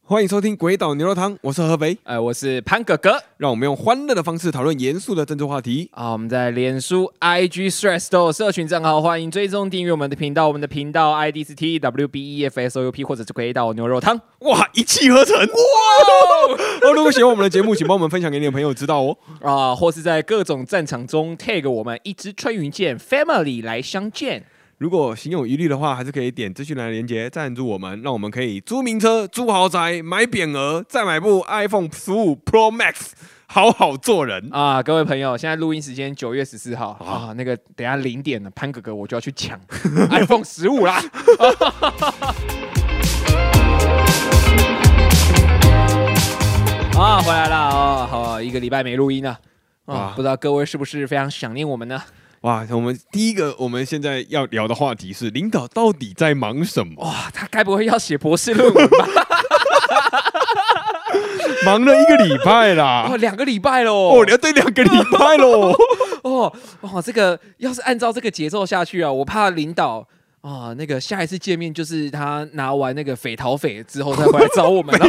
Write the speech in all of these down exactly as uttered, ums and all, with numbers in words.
欢迎收听《鬼岛牛肉汤》，我是合肥， 哎、呃，我是潘哥哥， 让我们用欢乐的方式讨论严肃的政治话题。 啊，我们在脸书、I G、Threads 都有社群账号，欢迎追踪订阅我们的频道。我们的频道 I D 是 T W B E F S O U P 或者是鬼岛牛肉汤。 哇，一气呵成！哇！哦，如果喜欢我们的节目，请帮我们分享给你的朋友知道哦。 啊，或是在各种战场中 tag 我们一支穿云箭 Family 来相见。 如果心有余力的话，还是可以点资讯栏的连结赞助我们，让我们可以租名车、租豪宅、买匾额，再买部 iPhone 十五 Pro Max， 好好做人啊！各位朋友，现在录音时间九月十四号啊，那个等一下零点了，潘哥哥我就要去抢 iPhone 十五啦！啊，回来了啊！好，一个礼拜没录音了啊，不知道各位是不是非常想念我们呢？ 哇，我们第一个我们现在要聊的话题是领导到底在忙什么？ 哇，他该不会要写博士论文吧？ 忙了一个礼拜啦， 哦，两个礼拜喽！ 哦，要对两个礼拜喽！ 哦哦，这个要是按照这个节奏下去啊，我怕领导啊，那个下一次见面就是他拿完那个匪逃匪之后再回来找我们了。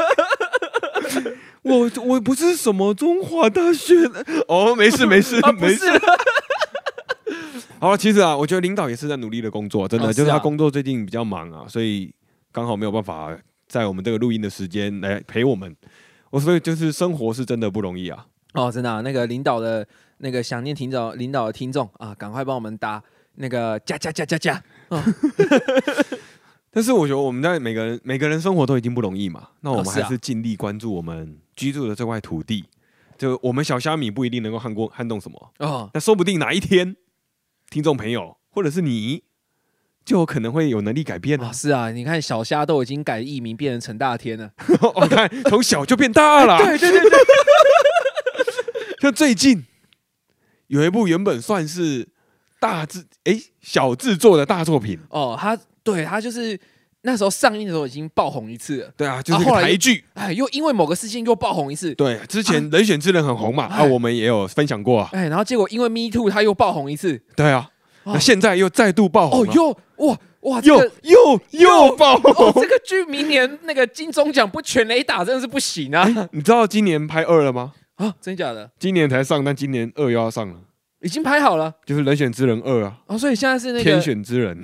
我我不是什么中华大学的哦，没事没事、啊、没事。好了，其实啊，我觉得领导也是在努力的工作，真的、哦啊、就是他工作最近比较忙啊，所以刚好没有办法在我们这个录音的时间来陪我们。我所以就是生活是真的不容易啊。 哦，真的、啊，那个领导的那个想念听众领导的听众啊，赶快帮我们打那个加加加加加。哦、 但是我觉得我们在每个人每个人生活都已经不容易嘛，那我们还是尽力关注我们居住的这块土地。就我们小虾米不一定能够撼过撼动什么，哦，那说不定哪一天。听众朋友，或者是你，就有可能会有能力改变了、啊哦。是啊，你看小虾都已经改艺名变成陈大天了， 我看从小就变大了。 对对对对。 像最近有一部原本算是大制哎、欸、小制作的大作品哦，他对他就是那时候上映的时候已经爆红一次了。 对啊，就是个台剧， 哎，又因为某个事件又爆红一次。 对，之前《人选之人》很红嘛，啊，啊我们也有分享过啊。 哎，然后结果因为 Me Too 他又爆红一次。 对啊，那、哦、现在又再度爆红了。 哦，又哇哇， 这个、又又又爆红、 哦！这个剧明年那个金钟奖不全雷打真的是不行啊！ 你知道今年拍二了吗？ 啊，真假的？ 今年才上，但今年二又要上了。 已经拍好了， 就是《人选之人二》啊。 哦，所以现在是那个天选之人。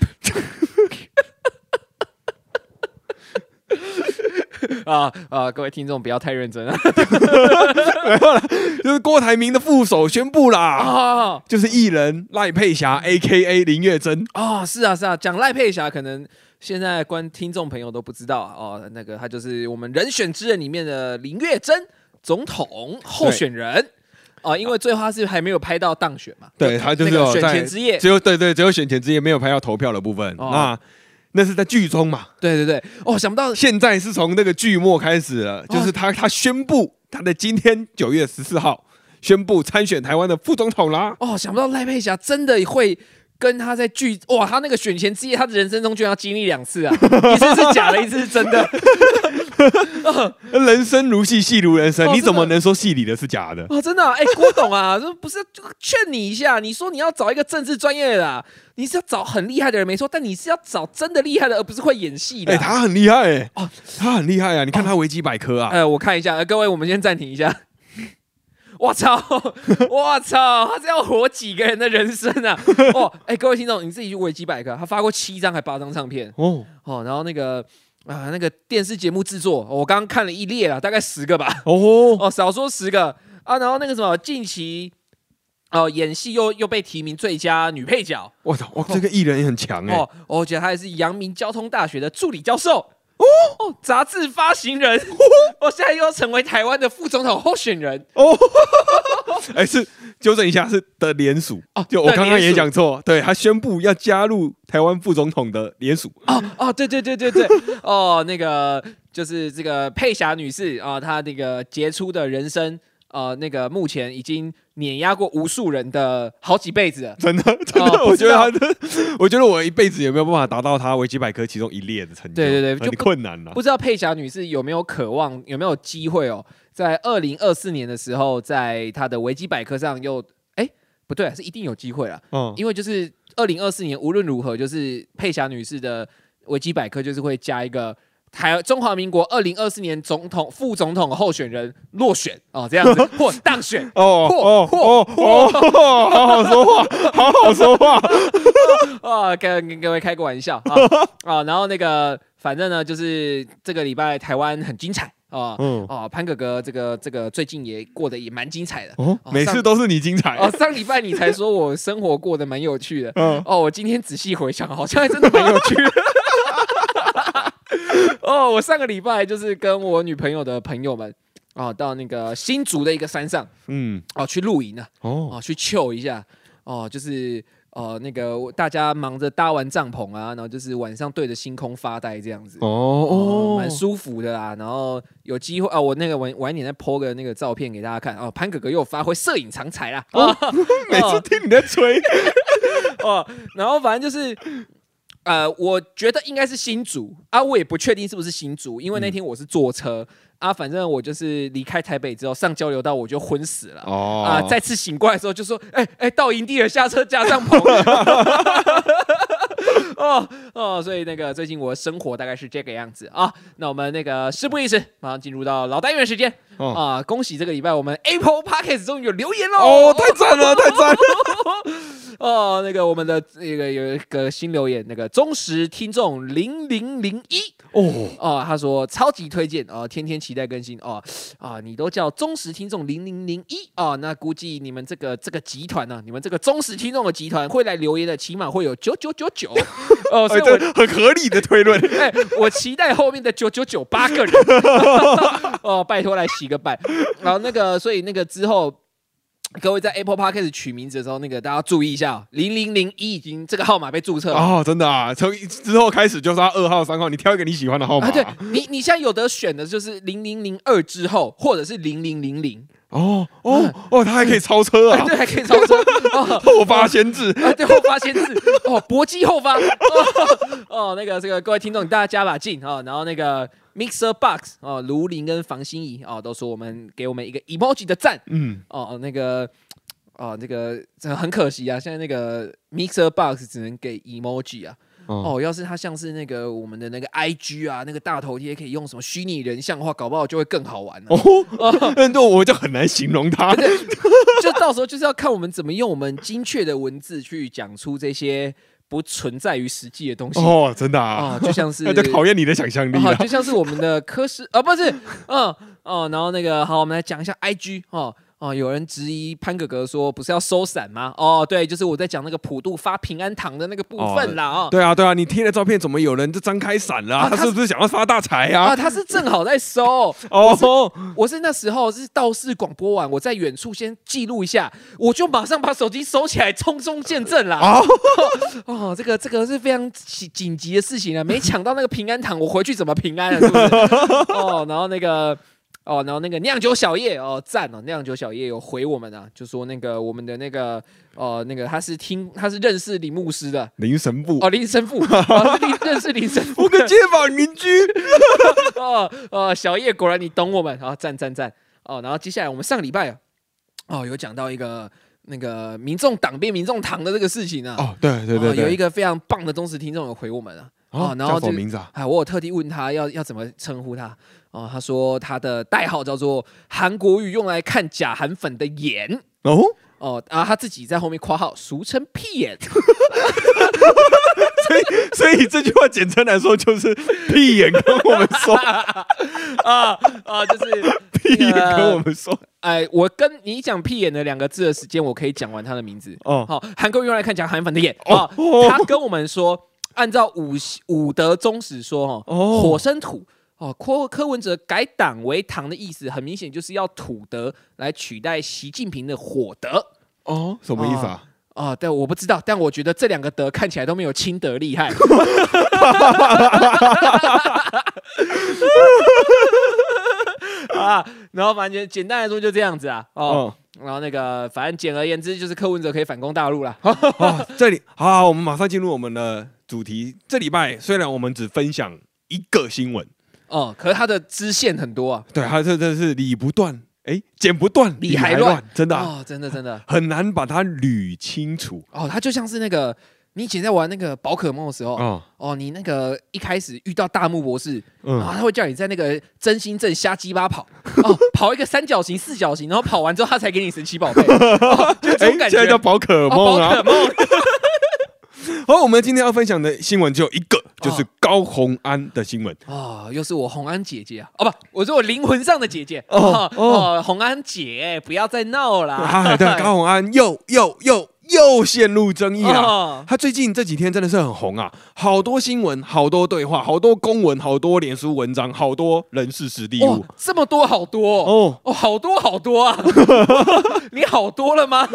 啊啊！各位听众不要太认真了。 就是郭台铭的副手宣布啦， 啊、 就是艺人赖佩霞 A K A 林月珍啊、哦，是啊是啊，讲赖佩霞可能现在观听众朋友都不知道哦，那个他就是我们人选之人里面的林月珍总统候选人。哦，因为最后他是还没有拍到当选嘛， 对他就是有选前之夜， 只有对对，只有选前之夜没有拍到投票的部分。哦、那那是在剧中嘛？ 对对对，哦，想不到现在是从那个剧末开始了，就是他、哦、他宣布他的今天九月十四号宣布参选台湾的副总统啦。 哦，想不到赖佩霞真的会跟他在剧哇，他那个选前之夜，他的人生中居然要经历两次啊，一次是假的，一次是真的。 人生如戏，戏如人生，哦、你怎么能说戏里的是假的？ 哦，真的、啊，哎、欸，郭董啊，不是劝你一下，你说你要找一个政治专业的、啊，你是要找很厉害的人没错，但你是要找真的厉害的，而不是会演戏的、啊。 哎、欸，他很厉害哎、欸，哦，他很厉害啊！你看他维基百科啊， 哎、呃，我看一下，呃、各位，我们先暂停一下。我操！我操！他是要活几个人的人生啊？哦，哎、欸，各位听众，你自己去维基百科，他发过七张还八张唱片哦哦，然后那个。啊，那个电视节目制作，我刚刚看了一列了，大概十个吧。哦哦，少说十个啊。然后那个什么，近期哦、呃、演戏又又被提名最佳女配角。 我操，哇，这个艺人也很强哎、欸。 哦，我觉得他也是阳明交通大学的助理教授。哦哦，杂志发行人，我、哦、现在又要成为台湾的副总统候选人哦！ 哎，是纠正一下，是的联署哦，就我刚刚也讲错，对他宣布要加入台湾副总统的联署哦哦，对对对对对，哦，那个就是这个佩霞女士啊、呃，她那个杰出的人生。呃，那个目前已经碾压过无数人的好几辈子了， 真的，真的，呃、我觉得他的，我觉得我一辈子也没有办法达到他维基百科其中一列的成就， 对对对， 很困难了。 不知道佩霞女士有没有渴望，有没有机会哦，在二零二四年的时候，在她的维基百科上又，哎，不对，是一定有机会了，嗯，因为就是二零二四年无论如何，就是佩霞女士的维基百科就是会加一个台中华民国二零二四年总统、副总统候选人落选哦，这样子或当选哦哦哦哦，好好说话，好好说话啊，跟跟各位开个玩笑啊啊，然后那个反正呢，就是这个礼拜台湾很精彩。哦，嗯，哦，潘哥哥，这个这个最近也过得也蛮精彩的哦，每次都是你精彩哦。上礼拜你才说我生活过得蛮有趣的，嗯，哦，我今天仔细回想，好像还真的蛮有趣的。哦，我上个礼拜就是跟我女朋友的朋友们哦，到那个新竹的一个山上，嗯，哦，去露营啊，哦，哦，去 chill 一下，哦，就是。哦、呃，那个大家忙着搭完帐篷啊，然后就是晚上对着星空发呆这样子，哦哦，蛮、呃、舒服的啦。然后有机会啊、哦，我那个晚晚一点再 po 个那个照片给大家看哦。潘哥哥又发挥摄影长才啦，哦， 每次听你在吹哦，然后反正就是。呃，我觉得应该是新竹啊，我也不确定是不是新竹，因为那天我是坐车、嗯、啊，反正我就是离开台北之后上交流道我就昏死了哦啊，再次醒过来的时候就说，哎、欸、哎、欸，到营地了，下车架帐篷。哦哦，所以那个最近我的生活大概是这个样子啊。那我们那个事不宜迟，马上进入到老单元时间、哦、啊！恭喜这个礼拜我们 Apple Podcast 终于有留言喽！ 哦，太赞了，太赞了！ 哦，那个我们的那个有一个新留言，那个忠实听众零零零一哦哦，他说超级推荐哦，天天期待更新哦啊，你都叫忠实听众零零零一哦，那估计你们这个这个集团呢、啊，你们这个忠实听众的集团会来留言的，起码会有九九九九哦，所以我、 欸、很合理的推论。 哎、欸，我期待后面的九九九八个人哦，拜托来洗个白。然后那个，所以那个之后。各位在 Apple Podcast 取名字的时候，那个大家注意一下，零零零一已经这个号码被注册了哦，真的啊！从之后开始就是要二号、三号，你挑一个你喜欢的号码、啊。 对你，你现在有得选的就是零零零二之后，或者是零零零零。 哦哦、嗯、哦，它还可以超车啊！ 对，还可以超车，哦、 后发先至啊，对，后发先至哦，搏击后发哦, 哦，那个这个各位听众，大家加把劲哦，然后那个 Mixer Box 哦，卢林跟房心怡哦，都说我们给我们一个 emoji 的赞，嗯，哦，那个哦，那个很可惜啊，现在那个 Mixer Box 只能给 emoji 啊。哦，要是它像是那个我们的那个 I G 啊，那个大头贴可以用什么虚拟人像的话，搞不好就会更好玩了。 哦，那、哦、我就很难形容它。 就到时候就是要看我们怎么用我们精确的文字去讲出这些不存在于实际的东西。 哦，真的啊， 哦、就像是那就考验你的想象力了、 哦。就像是我们的科室啊，不是，嗯哦，然后那个好，我们来讲一下 I G 哦。哦，有人质疑潘哥哥说，不是要收伞吗？哦，对，就是我在讲那个普渡发平安糖的那个部分啦。哦， 对啊，对啊，你贴的照片怎么有人就张开伞了、啊？他是不是想要发大财啊？ 啊，他是正好在收。哦，我是, 我是那时候是道士广播完，我在远处先记录一下，我就马上把手机收起来，匆匆见证啦。哦，哦，这个这个是非常紧急的事情啊，没抢到那个平安糖，我回去怎么平安啊？是不是？哦，然后那个。哦，然后那个酿酒小叶哦，赞哦，酿酒小叶有回我们啊，就说那个我们的那个呃那个他是听他是认识林牧师的林神父哦，林神父哦，是认识林神父， 我个街坊邻居哦哦，小叶果然你懂我们啊，赞赞赞哦，然后接下来我们上个礼拜哦有讲到一个那个民众党变民众党的这个事情啊， 哦对对 对, 對、哦， 有一个非常棒的忠实听众有回我们啊。 哦，然后叫什么名字啊？ 哎，我有特地问他要要怎么称呼他哦，他说他的代号叫做韩国语用来看假韩粉的眼哦哦，然后他自己在后面括号，俗称屁眼。 所以所以这句话简称来说就是屁眼跟我们说啊啊，就是屁眼跟我们说。 哎，我跟你讲屁眼的两个字的时间，我可以讲完他的名字哦。好，韩国语用来看假韩粉的眼哦，他跟我们说。按照武武德宗史说，哦，火生土哦，柯柯文哲改党为唐的意思，很明显就是要土德来取代习近平的火德哦，什么意思啊？ 哦，哦对，我不知道，但我觉得这两个德看起来都没有清德厉害。啊，然后反正简单来说就这样子啊，哦。哦然后那个，反正简而言之，就是柯文哲可以反攻大陆了。 哦，这里好, 好，我们马上进入我们的主题。这礼拜虽然我们只分享一个新闻， 哦，可是它的支线很多啊。 对，它这真是理不断，哎，剪不断， 理还乱， 真的、啊、 哦，真的真的很难把它捋清楚。 哦，它就像是那个你以前在玩那个宝可梦的时候，哦，哦你那个一开始遇到大木博士，嗯，然后他会叫你在那个真心镇瞎鸡巴跑，哦，跑一个三角形、四角形，然后跑完之后他才给你神奇宝贝，哦，就这种感觉。 现在叫宝可梦啊， 宝可梦。 好，我们今天要分享的新闻只有一个，就是高虹安的新闻。 哦，又是我虹安姐姐啊！哦不，我是我灵魂上的姐姐。哦哦，虹安姐，不要再闹了。 啊，对，高虹安又又又又陷入争议了。他最近这几天真的是很红啊，好多新闻，好多对话，好多公文，好多脸书文章，好多人事实地物。 这么多，好多哦哦，好多好多啊！你好多了吗？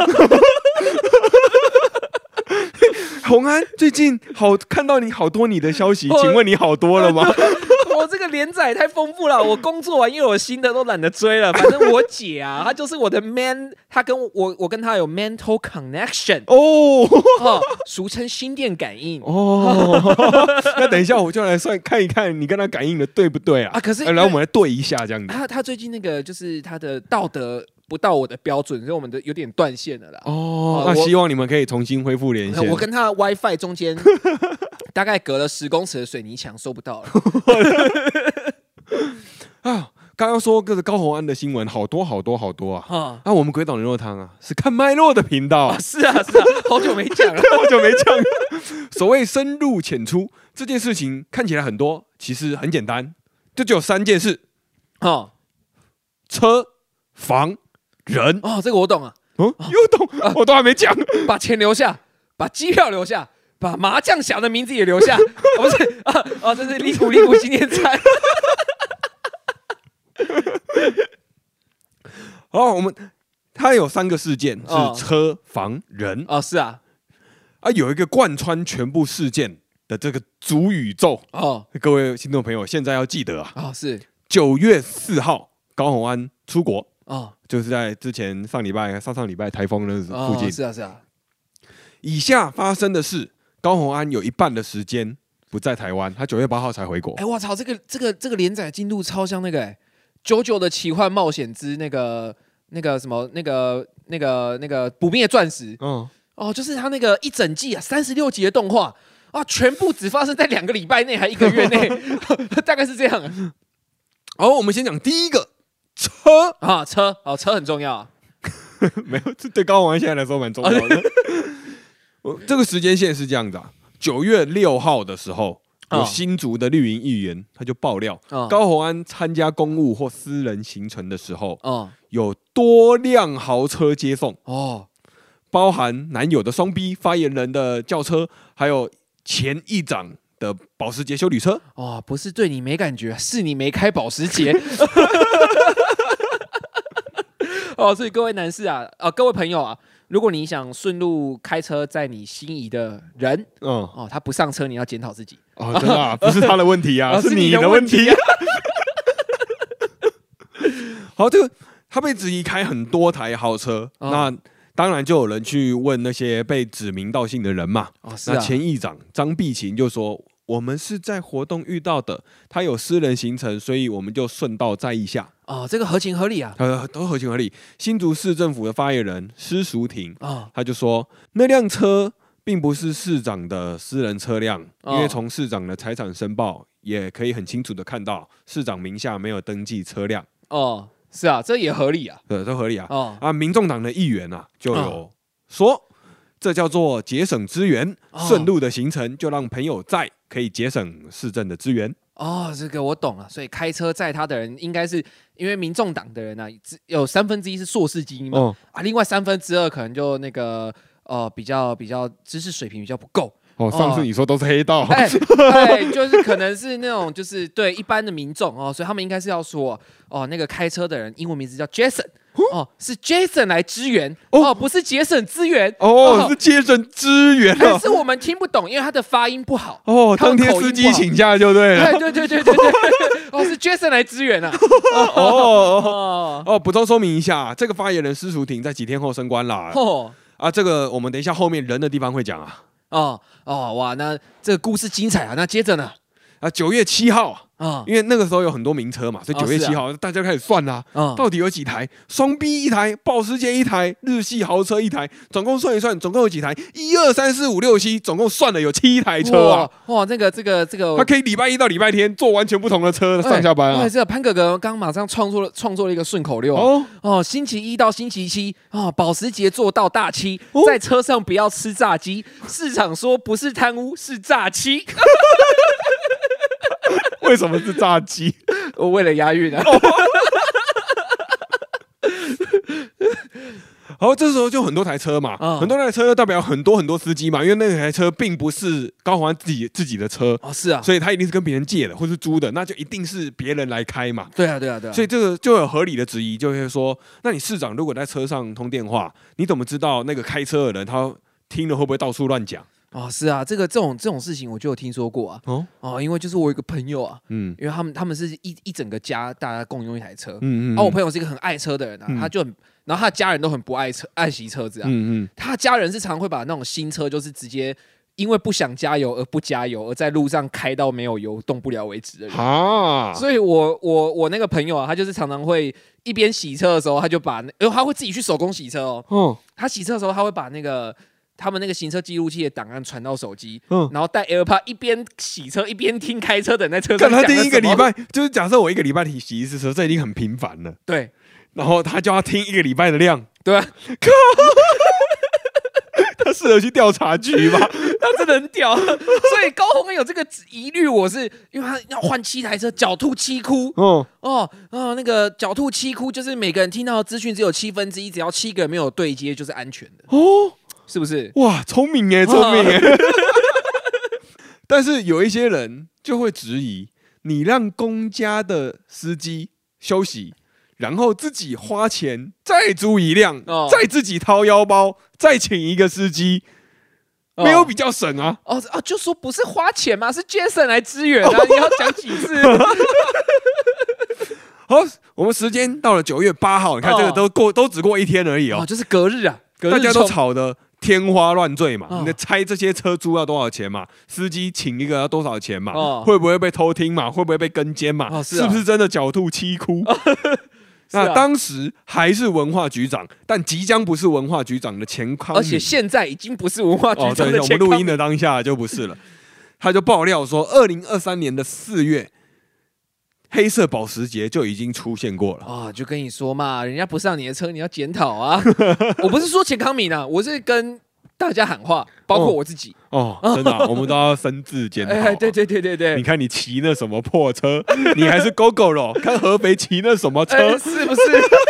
虹安最近好看到你好多你的消息，请问你好多了吗？ 我这个连载太丰富了，我工作完又有新的都懒得追了。反正我姐啊，她就是我的 man， 她跟我我跟她有 mental connection 哦，哦俗称心电感应哦。 那等一下我就来算看一看你跟她感应的对不对啊？啊，可是来我们来对一下这样子。 她她最近那个就是她的道德不到我的标准，所以我们的有点断线了啦。 哦，那希望你们可以重新恢复连线。 我跟他的 WiFi 中间大概隔了十公尺的水泥墙，收不到了。 啊，刚刚说这个高虹安的新闻好多好多好多啊！啊，那我们鬼岛牛肉汤啊，是看脉络的频道啊。 是啊是啊，好久没讲了， 好久没讲了。所谓深入浅出这件事情看起来很多，其实很简单，就只有三件事。哦，车、房。人哦，这个我懂啊， 嗯，又懂，啊、我都还没讲。 把钱留下，把机票留下，把麻将侠的名字也留下。哦、不是啊，哦，这是利古利古纪念餐。 哦，我们它有三个事件是车、房、人。 哦，是啊， 啊，有一个贯穿全部事件的这个主宇宙。哦，各位听众朋友，现在要记得啊， 哦，是九月四号，高虹安出国。哦，就是在之前上礼拜、上上礼拜台风的附近。 哦、是啊，是啊。 以下发生的事，高虹安有一半的时间不在台湾，他九月八号才回国。 哎，我操，这个这个这个连载进度超像那个哎，九九的奇幻冒险之那个那个什么那个那个那个捕灭钻石。嗯，哦，就是他那个一整季啊，三十六集的动画啊，全部只发生在两个礼拜内，还一个月内，大概是这样。 好，我们先讲第一个。车啊，车哦，车很重要啊。 没有，这对高虹安现在来说蛮重要的。我这个时间线是这样子啊，九月六号的时候，有新竹的绿营议员他就爆料，哦、高虹安参加公务或私人行程的时候，哦、有多辆豪车接送哦，包含男友的双 B 发言人的轿车，还有前议长的保时捷休旅车。 哦，不是对你没感觉，是你没开保时捷。哦，所以各位男士啊，呃，各位朋友啊，如果你想顺路开车载你心仪的人，嗯，哦，他不上车，你要检讨自己。 哦，真的啊，不是他的问题啊，哦、是你的问题。好，这个他被质疑开很多台豪车，哦、那当然就有人去问那些被指名道姓的人嘛。哦，是啊。那前议长张碧琴就说，我们是在活动遇到的，他有私人行程，所以我们就顺道载一下。 哦，这个合情合理啊， 呃，都合情合理。新竹市政府的发言人施淑婷，哦、他就说，那辆车并不是市长的私人车辆，哦、因为从市长的财产申报也可以很清楚的看到，市长名下没有登记车辆。 哦，是啊，这也合理啊， 对，都合理啊。哦、啊，民众党的议员啊，就有说，哦、这叫做节省资源，顺、哦、路的行程就让朋友载，可以节省市政的资源。 哦，这个我懂了，所以开车载他的人，应该是因为民众党的人啊，有三分之一是硕士基因嘛，哦、啊，另外三分之二可能就那个呃比较比较知识水平比较不够。 哦，上次你说都是黑道， 哎、欸，就是可能是那种就是对一般的民众哦，所以他们应该是要说哦，那个开车的人英文名字叫 Jason。哦，是 Jason 来支援 哦, 哦，不是节省资源哦, 哦，是节省资源， 但是我们听不懂，因为他的发音不好哦。当天司机请假就对了， 对对对对对对，哦，是 Jason 来支援啊。 哦哦哦哦，补充说明一下，这个发言人施淑婷在几天后升官啦。哦啊，这个我们等一下后面人的地方会讲啊。 哦哦，哇，那这个故事精彩啊。那接着呢？ 啊，九月七号， 啊，因为那个时候有很多名车嘛，所以九月七号、啊、大家开始算啦、啊，到底有几台？双 B 一台，保时捷一台，日系豪车一台，总共算一算，总共有几台？一二三四五六七，总共算了有七台车啊！ 哇，哇这个这个这个， 他可以礼拜一到礼拜天坐完全不同的车上下班啊！ 对，这个潘哥哥刚马上创作了创作了一个顺口溜、啊、哦哦，星期一到星期七啊，保时捷坐到大七，哦、在车上不要吃炸鸡，市场说不是贪污是诈欺。 为什么是炸鸡？ 我为了押韵啊。 然后这时候就很多台车嘛，嗯、很多台车代表很多很多司机嘛，因为那台车并不是高虹安自己自己的车哦，是啊， 所以他一定是跟别人借的或是租的，那就一定是别人来开嘛。 对啊，对啊，对啊。 所以这个就有合理的质疑，就会说，那你市长如果在车上通电话，你怎么知道那个开车的人他听了会不会到处乱讲？ 哦，是啊，这个这种这种事情我就有听说过啊。哦哦，因为就是我有一个朋友啊，嗯，因为他们他们是一一整个家大家共用一台车，嗯嗯，然后我朋友是一个很爱车的人啊，嗯、他就很，然后他的家人都很不爱车，爱惜车子啊，嗯嗯，他家人是常会把那种新车就是直接因为不想加油而不加油，而在路上开到没有油动不了为止的人啊。所以我我我那个朋友啊，他就是常常会一边洗车的时候，他就把，因为他会自己去手工洗车哦，嗯，他洗车的时候他会把那个。他们那个行车记录器的档案传到手机，嗯，然后带 AirPod 一边洗车一边听开车的人在车上讲。 他听一个礼拜，就是假设我一个礼拜洗一次车，这已经很频繁了。 对， 然后他就要听一个礼拜的量， 对啊， 他适合去调查局吧？ 他真的很屌。所以高虹安有这个疑虑，我是因为他要换七台车，狡兔七窟。哦哦哦，那个狡兔七窟就是每个人听到的资讯只有七分之一，只要七个人没有对接就是安全的。哦。是不是？ 哇，聪明耶，聪明耶！但是有一些人就会质疑，你让公家的司机休息，然后自己花钱再租一辆，哦、再自己掏腰包，再请一个司机，哦、没有比较省啊？ 哦哦，就说不是花钱吗？是 Jason 来支援啊！哦、你要讲几次？ 好，我们时间到了九月八号，你看这个都过、哦、都只过一天而已哦， 哦就是隔日啊，隔日大家都吵的。天花乱坠嘛，哦、你猜这些车租要多少钱嘛？司机请一个要多少钱嘛？哦、会不会被偷听嘛？会不会被跟监嘛？哦是, 啊、是不是真的狡兔七窟？哦那当时还是文化局长，但即将不是文化局长的钱康， 而且现在已经不是文化局长的钱康。 哦、对，我们录音的当下就不是了。他就爆料说，二零二三年的四月。黑色保时捷就已经出现过了啊、 哦！就跟你说嘛，人家不上你的车，你要检讨啊！我不是说钱康明啊，我是跟大家喊话，包括我自己哦，哦真的、啊，我们都要深自检讨、啊哎。 对对对对对， 你看你骑那什么破车，你还是 Gogoro， 看合肥骑那什么车，哎、 是不是？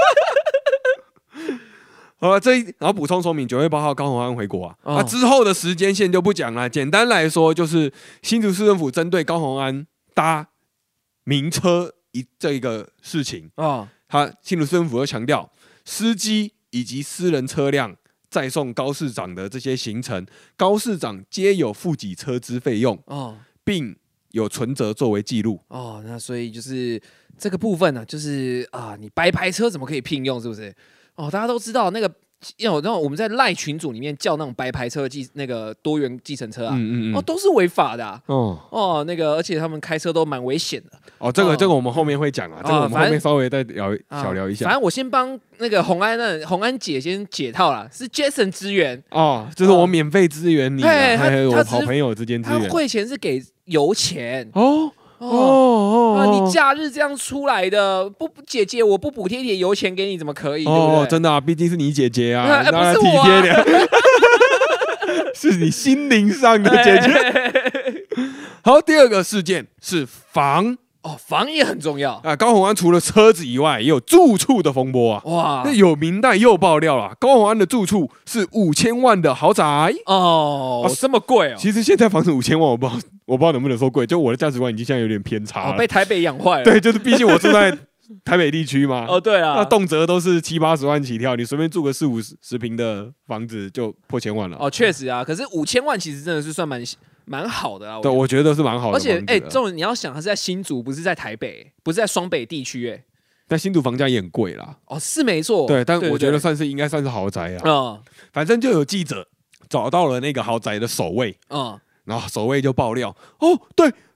好了，这一然后补充说明，九月八号高虹安回国啊，哦、啊之后的时间线就不讲了。简单来说，就是新竹市政府针对高虹安搭名车一这个事情啊，哦、他新竹市政府又强调，司机以及私人车辆载送高市长的这些行程，高市长皆有付给车资费用哦，并有存折作为记录哦。那所以就是这个部分呢、啊，就是啊，你白牌车怎么可以聘用？是不是？哦，大家都知道那个。有那种我们在赖群组里面叫那种白牌车计那个多元计程车啊，嗯嗯嗯哦，都是违法的、啊、哦哦，那个而且他们开车都蛮危险的哦。这个、哦、这个我们后面会讲啊，哦、这个我们后面稍微再聊、哦、小聊一下。 反正我先帮那个洪安那洪安姐先解套啦，是 Jason 支援哦，就是我免费支援你、啊， 嘿还有我好朋友之间支援。 他汇钱是给油钱哦。哦哦，啊！你假日这样出来的，不姐姐，我不补贴点油钱给你，怎么可以？哦，对对真的啊，毕竟是你姐姐啊， 哎、不是我、啊， 是你心灵上的姐姐。好，第二个事件是房。 哦，房也很重要啊！高虹安除了车子以外，也有住处的风波啊！哇，那有明代又爆料了，高虹安的住处是五千万的豪宅哦，啊、这么贵哦！ 其实现在房子五千万，我不知道，我不知道能不能说贵，就我的价值观已经现在有点偏差了， 哦、被台北养坏了。 对，就是毕竟我住在台北地区嘛。 哦，对啊， 那动辄都是七八十万起跳，你随便住个四五十平的房子就破千万了。 哦，确实啊，可是五千万其实真的是算蛮。蛮好的啊， 对，我觉得是蛮好的。 而且，哎、欸，这种你要想，它是在新竹，不是在台北，不是在双北地区，哎。 但新竹房价也很贵啦。 哦，是没错。 对，但我觉得算是应该算是豪宅啊。嗯，反正就有记者找到了那个豪宅的守卫。嗯。然后守卫就爆料，哦，对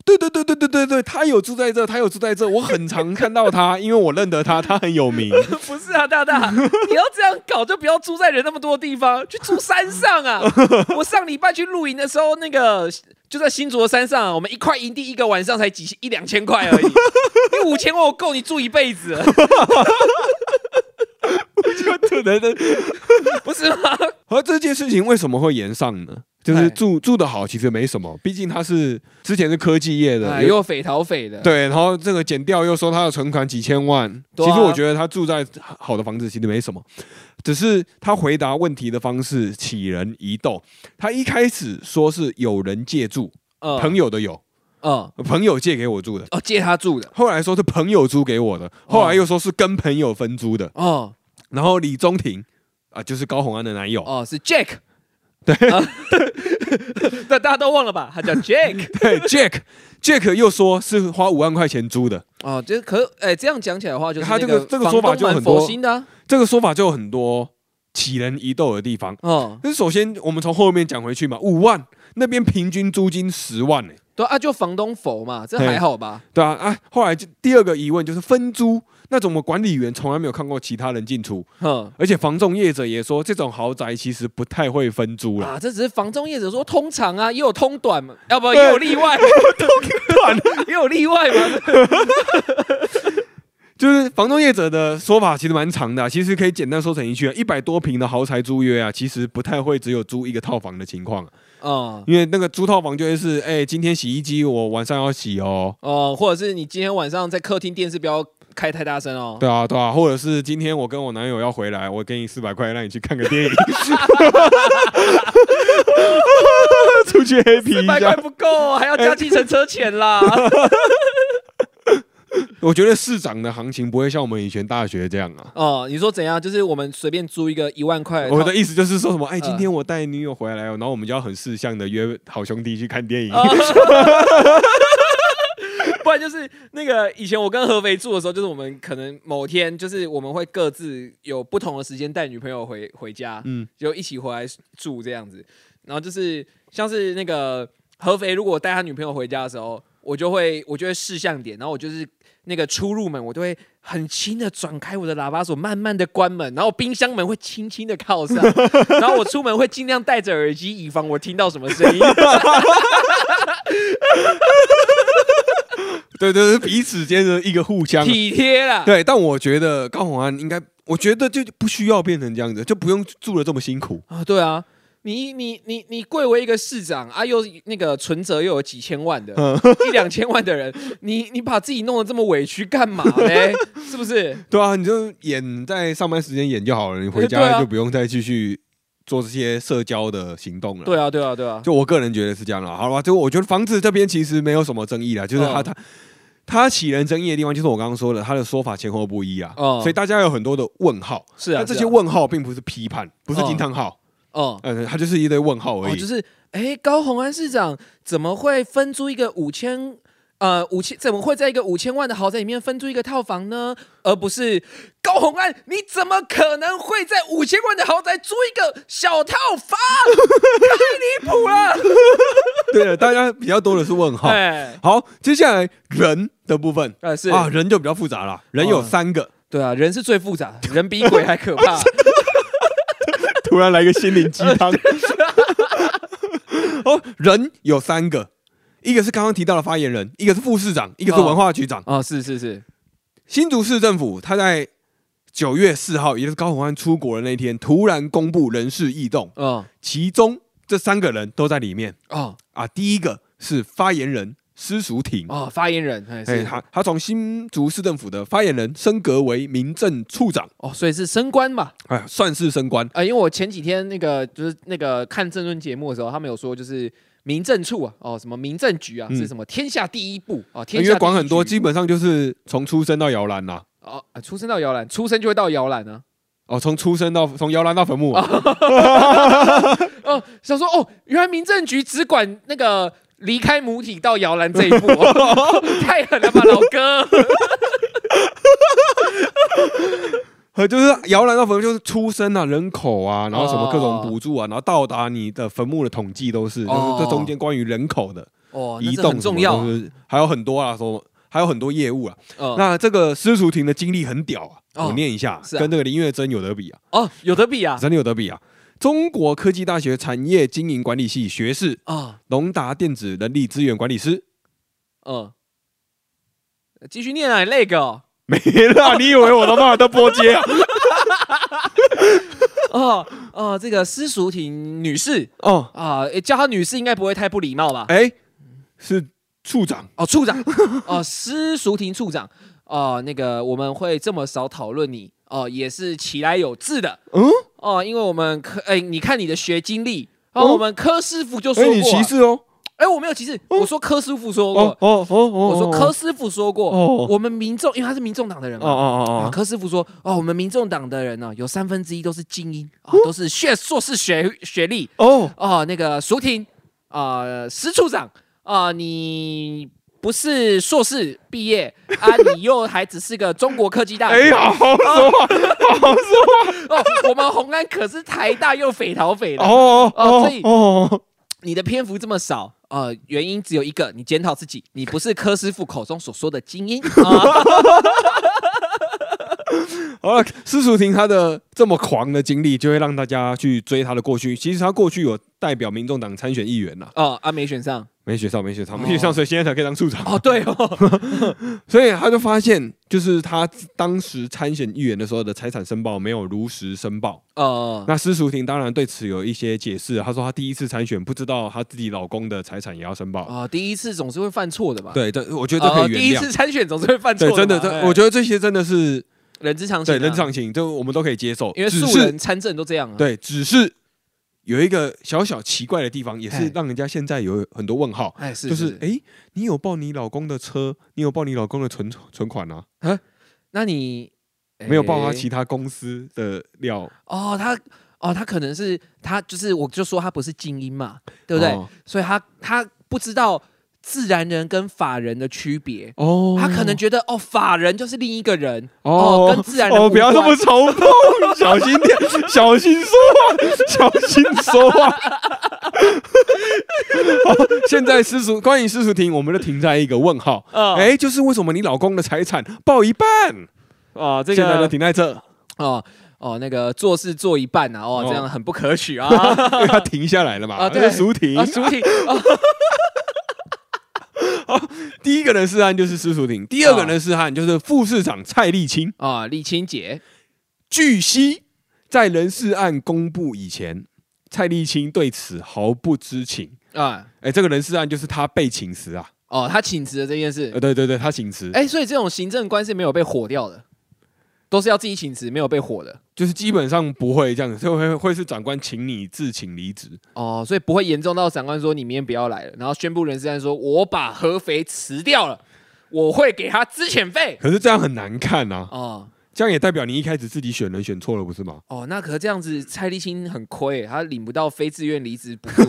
对对对对对对对，他有住在这，他有住在这，我很常看到他，因为我认得他，他很有名。 不是啊，大大，你要这样搞，就不要住在人那么多的地方，去住山上啊！我上礼拜去露营的时候，那个就在新竹的山上、啊，我们一块营地一个晚上才几一两千块而已，你五千万我够你住一辈子了。 就可能的， 不是吗？ 而这件事情为什么会延上呢？就是住住得好，其实没什么，毕竟他是之前是科技业的， 又匪逃匪的， 对，然后这个减掉又说他的存款几千万，啊、其实我觉得他住在好的房子其实没什么，只是他回答问题的方式起人疑窦。他一开始说是有人借住，嗯、朋友的有。嗯，朋友借给我住的， 哦，借他住的。 后来说是朋友租给我的，后来又说是跟朋友分租的。哦，然后李宗廷啊，就是高虹安的男友。 哦，是 Jack。 对， 那、啊、大家都忘了吧？他叫 Jack。 对 ，Jack，Jack 又说是花五万块钱租的。 哦，就可哎、欸，这样讲起来的话，就是他这个这个说法就很多， 啊、 这个说法就有很多起人疑窦的地方。哦，但是首先我们从后面讲回去嘛，五万那边平均租金十万呢、欸。 对啊，就房东否嘛，这还好吧？ 对啊，啊，后来就第二个疑问就是分租，那种我们管理员从来没有看过其他人进出，而且房仲业者也说这种豪宅其实不太会分租了啊， 这只是房仲业者说通常啊，也有通短嘛，要不也有例外， 通短也有例外嘛。 就是房东业者的说法其实蛮长的、啊，其实可以简单说成一句啊，一百多坪的豪宅租约啊，其实不太会只有租一个套房的情况、啊。哦、嗯，因为那个租套房就会是，哎、欸，今天洗衣机我晚上要洗哦， 哦、呃，或者是你今天晚上在客厅电视不要开太大声哦， 对啊，对啊，或者是今天我跟我男友要回来，我给你四百块让你去看个电影，出去黑皮一下，四百块不够，还要加计程车钱啦。 我觉得市长的行情不会像我们以前大学这样啊。 哦，你说怎样？就是我们随便租一个一万块。 我的意思就是说什么？哎，今天我带女友回来，然后我们就要很识相的约好兄弟去看电影。哦、 不然就是那个以前我跟合肥住的时候，就是我们可能某天就是我们会各自有不同的时间带女朋友回回家，嗯，就一起回来住这样子。然后就是像是那个合肥，如果带他女朋友回家的时候，我就会我就会视向点，然后我就是那个出入门，我都会很轻的转开我的喇叭锁，慢慢的关门，然后冰箱门会轻轻的靠上，然后我出门会尽量戴着耳机，以防我听到什么声音。 对对对，彼此间的一个互相体贴啦。 对，但我觉得高虹安应该，我觉得就不需要变成这样子，就不用住的这么辛苦啊。对啊。你你你你贵为一个市长啊，又那个存折又有几千万的，一两千万的人，你你把自己弄得这么委屈干嘛呢？是不是？ 对啊，你就演在上班时间演就好了，你回家就不用再继续做这些社交的行动了。 对啊，对啊，对啊。 就我个人觉得是这样了，好吧？就我觉得房子这边其实没有什么争议啦，就是他、嗯、他他起人争议的地方，就是我刚刚说的，他的说法前后不一啊，嗯、所以大家有很多的问号。 是啊， 那这些问号并不是批判，不是惊叹号。嗯哦，嗯，他就是一堆问号而已。 哦、就是，哎、欸，高虹安市长怎么会分租一个五千，呃，五千怎么会在一个五千万的豪宅里面分租一个套房呢？而不是高虹安，你怎么可能会在五千万的豪宅租一个小套房？太离谱了！ 对了，大家比较多的是问号。欸、好，接下来人的部分， 呃、是啊，人就比较复杂了。人有三个、哦， 对啊，人是最复杂，人比鬼还可怕。 突然来个心灵鸡汤。哦，人有三个，一个是刚刚提到的发言人，一个是副市长，一个是文化局长。 哦，哦是是是。 新竹市政府他在九月四号，也就是高虹安出国的那天，突然公布人事异动。哦，其中这三个人都在里面。哦啊，第一个是发言人施淑婷。 哦，发言人，哎、 欸，他他从新竹市政府的发言人升格为民政处长。 哦，所以是升官嘛？ 哎，算是升官。 啊，因为我前几天那个就是那个看政论节目的时候，他们有说就是民政处啊，哦，什么民政局啊，嗯、是什么天下第一部啊？天下第一局因为管很多，基本上就是从出生到摇篮呐。 哦，出生到摇篮，出生就会到摇篮呢。 哦，从出生到从摇篮到坟墓、啊。 哦，想说哦，原来民政局只管那个。离开母体到摇篮这一步、哦，太狠了吧，老哥！ 就是摇篮到坟墓，就是出生啊、人口啊，然后什么各种补助啊，然后到达你的坟墓的统计都是，哦、就是这中间关于人口的。 哦， 移动很重要、啊， 还有很多啦，说还有很多业务啊。哦、那这个施淑婷的经历很屌啊，哦、我念一下，啊、跟这个林月珍有得比啊。 哦，有得比啊， 真的有得比啊！中国科技大学产业经营管理系学士啊，龙达电子人力资源管理师。嗯， 继续念啊，那个、哦、 没了，你以为我他妈的波接啊？ 哦哦，这个施淑婷女士哦啊，叫她女士应该不会太不礼貌吧？ 哎，是处长哦，处长哦，施淑婷处长哦，那个我们会这么少讨论你哦，也是其来有自的，嗯哦，因为我们科哎，你看你的学经历哦，我们柯师傅就说过， 你歧视哦。 哎，我没有歧视，我说柯师傅说过，哦哦哦，我说柯师傅说过，我们民众，因为他是民众党的人嘛，哦哦哦，柯师傅说，哦，我们民众党的人呢，有三分之一都是精英啊，都是学硕士学学历，哦哦，那个淑婷啊，施处长啊，你不是硕士毕业啊，你又还只是个中国科技大学， 哎，好好说话，好好说话，哦，我们红安可是台大又匪逃匪的，哦哦，所以哦。你的篇幅这么少，呃，原因只有一个，你检讨自己，你不是柯师傅口中所说的精英。啊、 好了，施淑婷她的这么狂的经历，就会让大家去追她的过去。其实她过去有代表民众党参选议员呐， 哦，啊，没选上， 没选上，没选上，没选上，所以现在才可以当处长。 哦，对哦， 所以他就发现，就是他当时参选议员的时候的财产申报没有如实申报。哦，那施淑婷当然对此有一些解释。他说他第一次参选，不知道他自己老公的财产也要申报。 啊、哦，第一次总是会犯错的吧？ 对，这我觉得这可以原谅、哦。 第一次参选总是会犯错的， 对，真的，这、哎、我觉得这些真的是人之常情、啊， 对，人之常情，就我们都可以接受。 因为素人参政都这样、啊。 对，只是。有一个小小奇怪的地方，也是让人家现在有很多问号。哎，是就是哎，你有报你老公的车，你有报你老公的存存款啊？啊， 那你没有报他其他公司的料？ 哦，他哦，他可能是他就是，我就说他不是精英嘛，对不对？哦、所以他他不知道自然人跟法人的区别哦，他可能觉得哦，法人就是另一个人 哦, 哦，跟自然人哦，不要这么冲动，小心点，小心说话，小心说话。好，现在施淑关于施淑婷，我们就停在一个问号。哎、哦欸，就是为什么你老公的财产报一半啊？这个现在就停在这。 哦哦，那个做事做一半啊，哦，这样很不可取啊。 因为他停下来了嘛。啊，对，淑婷啊，淑婷。 哦，第一个人事案就是施淑婷，第二个人事案就是副市长蔡丽青啊，丽青姐。 据悉，在人事案公布以前，蔡丽青对此毫不知情啊。哎、欸，这个人事案就是他被请辞啊。 哦，他请辞的这件事。 呃，对对对，他请辞。 哎、欸，所以这种行政官是没有被火掉的。都是要自己请辞，没有被火的， 就是基本上不会这样子，所以会会是长官请你自请离职哦，所以不会严重到长官说你明天不要来了，然后宣布人事案说我把合肥辞掉了，我会给他资遣费。 可是这样很难看啊，哦，这样也代表你一开始自己选人选错了，不是吗？ 哦，那可是这样子蔡丽青很亏，他领不到非自愿离职补助。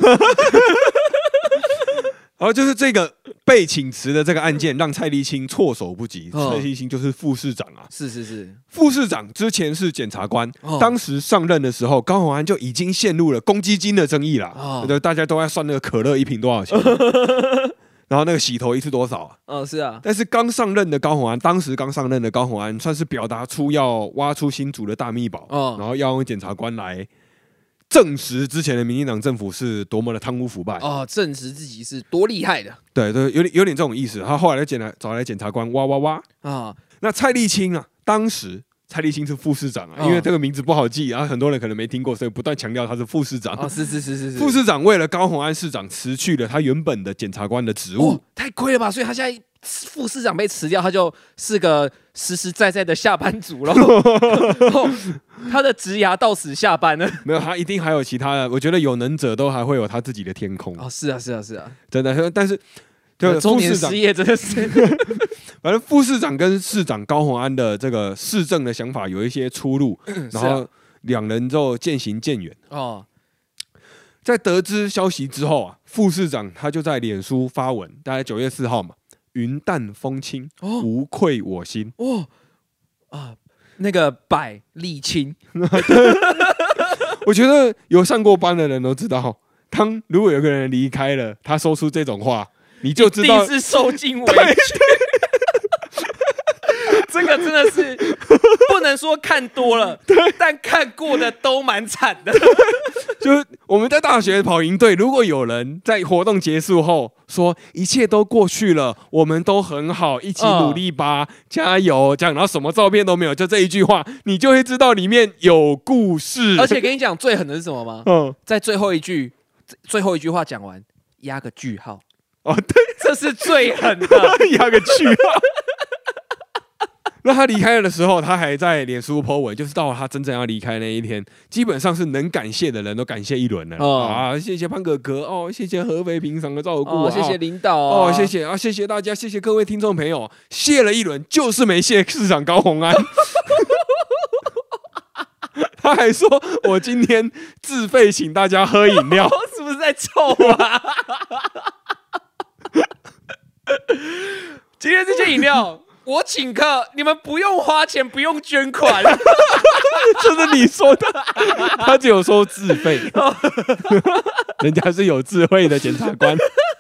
然后就是这个被请辞的这个案件，让蔡丽青措手不及。哦、蔡丽青就是副市长啊， 是是是， 副市长之前是检察官，哦、当时上任的时候，高虹安就已经陷入了公积金的争议了。哦、大家都在算那个可乐一瓶多少钱，然后那个洗头一次多少啊？ 哦，是啊。 但是刚上任的高虹安，当时刚上任的高虹安，算是表达出要挖出新竹的大秘宝，哦、然后要用检察官来证实之前的民进党政府是多么的贪污腐败哦，证实自己是多厉害的， 对对，有点有点这种意思。他后来就检来找来检察官，哇哇哇啊！哦、那蔡丽青啊，当时蔡丽青是副市长啊，哦、因为这个名字不好记，然后很多人可能没听过，所以不断强调他是副市长。 哦，是是是是是， 副市长为了高虹安市长辞去了他原本的检察官的职务， 哦、太亏了吧？所以他现在副市长被辞掉，他就是个实实在在的下班族了。他的职涯到此下班了。 没有，他一定还有其他的。我觉得有能者都还会有他自己的天空。 哦，是啊，是啊，是啊， 真的。但是，对， 中年失业真的是。 反正副市长跟市长高虹安的这个市政的想法有一些出入，然后两人就渐行渐远。哦，在得知消息之后啊，副市长他就在脸书发文，大概九月四号嘛，云淡风轻，哦、无愧我心。哦啊。那个百丽青， 我觉得有上过班的人都知道，当如果有个人离开了，他说出这种话， 你就知道一定是受尽委屈。这个真的是不能说看多了，但看过的都蛮惨的。 就是我们在大学跑营队，如果有人在活动结束后说一切都过去了，我们都很好，一起努力吧，嗯、加油，这样，然后什么照片都没有，就这一句话，你就会知道里面有故事。 而且跟你讲最狠的是什么吗？嗯，在最后一句，最后一句话讲完，压个句号。 哦，对， 这是最狠的， 压个句号。那他离开了的时候，他还在脸书 po 文，就是到了他真正要离开那一天，基本上是能感谢的人都感谢一轮了、哦、啊！谢谢潘哥哥哦，谢谢合肥平常的照顾、 哦，谢谢领导哦，哦谢谢啊，谢谢大家，谢谢各位听众朋友，谢了一轮，就是没谢市长高虹安。他还说：“我今天自费请大家喝饮料， 是不是在臭啊？今天这些饮料。”我请客，你们不用花钱，不用捐款。 这是你说的，他只有说自费，人家是有智慧的检察官。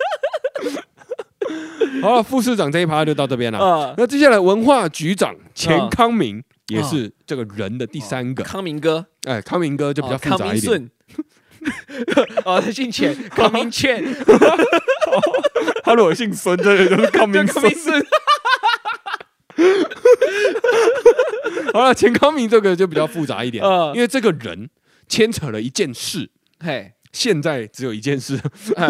好了，副市长这一趴就到这边了。呃、那接下来文化局长钱康明、呃、也是这个人的第三个。 呃、康明哥， 哎，康明哥就比较复杂一点。 哦，他姓钱，康明倩。 他如果姓孙，真的就是康明孙。好了，钱康明这个就比较复杂一点，呃、因为这个人牵扯了一件事。嘿，现在只有一件事。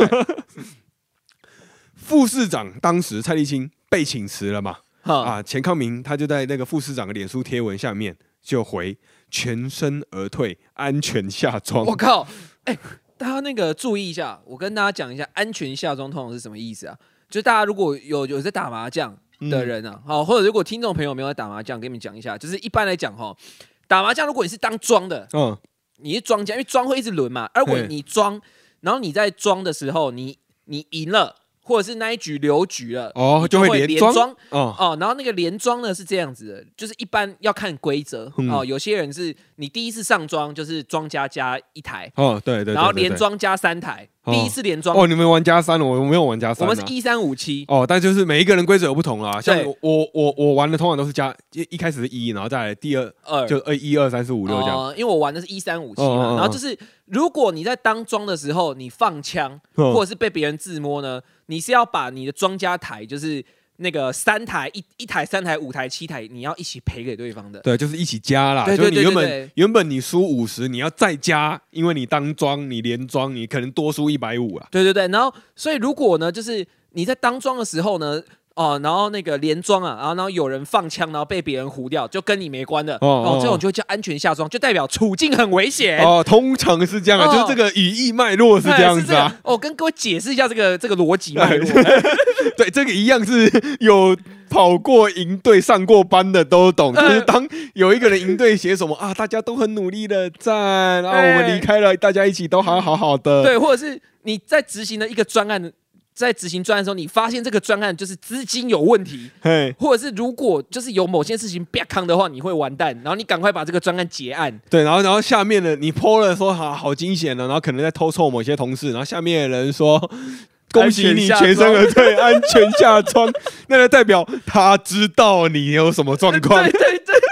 副市长当时蔡立青被请辞了嘛？啊，钱康明他就在那个副市长的脸书贴文下面就回全身而退，安全下庄。 我靠！哎、欸，大家那个注意一下，我跟大家讲一下，安全下庄通常是什么意思啊？就是大家如果有有在打麻将的人啊，好、嗯，或者如果听众朋友没有在打麻将，给你们讲一下，就是一般来讲哈，打麻将如果你是当庄的，嗯，你是庄家，因为庄会一直轮嘛，而如果你庄，然后你在庄的时候，你你赢了。或者是那一局留局了， 哦， 就会连庄哦哦，然后那个连庄呢是这样子的，就是一般要看规则、嗯、哦，有些人是你第一次上庄就是庄家加一台哦，对 对, 对, 对, 对，然后连庄加三台，哦、第一次连庄哦，你们玩加三了，我没有玩加三、啊， 我们是一三五七哦，但就是每一个人规则有不同啦，像我我我我玩的通常都是加一一开始是一，然后再来第二二就二一二三四五六这样、呃， 因为我玩的是一三五七嘛，哦哦哦然后就是如果你在当庄的时候你放枪、哦、或者是被别人自摸呢。你是要把你的庄家台，就是那个三台一一台、三台、五台、七台，你要一起赔给对方的。 对，就是一起加啦。 对对对对对， 就是你原本原本你输五十，你要再加，因为你当庄，你连庄，你可能多输一百五啊。 对对对，然后所以如果呢，就是你在当庄的时候呢。哦，然后那个连庄啊，然后然后有人放枪，然后被别人胡掉，就跟你没关的。哦, 哦，这种就叫安全下庄，就代表处境很危险。 哦，通常是这样啊，哦、就是这个语义脉络是这样子啊。 哦，跟各位解释一下这个这个逻辑脉络。 对，这个一样是有跑过营队、上过班的都懂。就是当有一个人营队写什么啊，大家都很努力的赞，然后我们离开了，大家一起都好好好的。 对，或者是你在执行的一个专案。在执行专案的时候，你发现这个专案就是资金有问题，或者是如果就是有某件事情啪康的话，你会完蛋，然后你赶快把这个专案结案。 对，然后然后下面的你 po 了说好好惊险了，然后可能在偷臭某些同事，然后下面的人说恭喜你全身而退，安全下庄，那就代表他知道你有什么状况。 对对对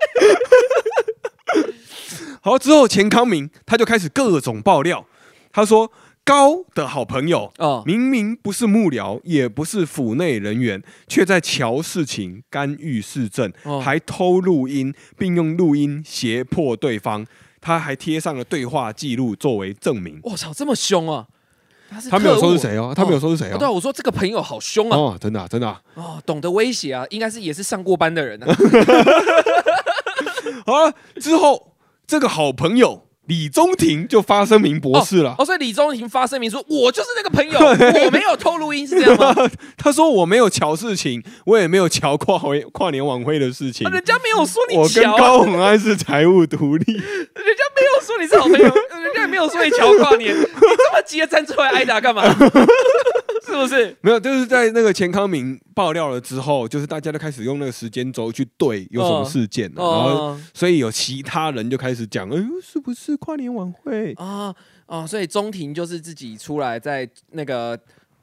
对。好，之后钱康明他就开始各种爆料，他说。高的好朋友、哦、明明不是幕僚，也不是府内人员，却在瞧事情、干预市政、哦，还偷录音，并用录音胁迫对方。他还贴上了对话记录作为证明。 我操，这么凶啊！他, 是他没有说是谁哦，他没有说是谁哦。 哦对啊，我说这个朋友好凶啊！ 哦，真的、啊、真的、啊、 哦，懂得威胁啊，应该是也是上过班的人啊。 好了，之后这个好朋友。李宗廷就发声明驳斥了。 哦，哦，所以李宗廷发声明说：“我就是那个朋友，我没有偷录音，是这样吗？” 他说：“我没有瞧事情，我也没有瞧跨跨年晚会的事情。 啊”人家没有说你瞧、啊， 我跟高虹安是财务独立。人家没有说你是好朋友，人家也没有说你瞧跨年，你这么急的站出来挨打干嘛？是不是？ 没有，就是在那个钱康明爆料了之后，就是大家都开始用那个时间轴去对有什么事件、啊哦，然后所以有其他人就开始讲：“哎呦，是不是跨年晚会啊？”哦，所以中庭就是自己出来在那个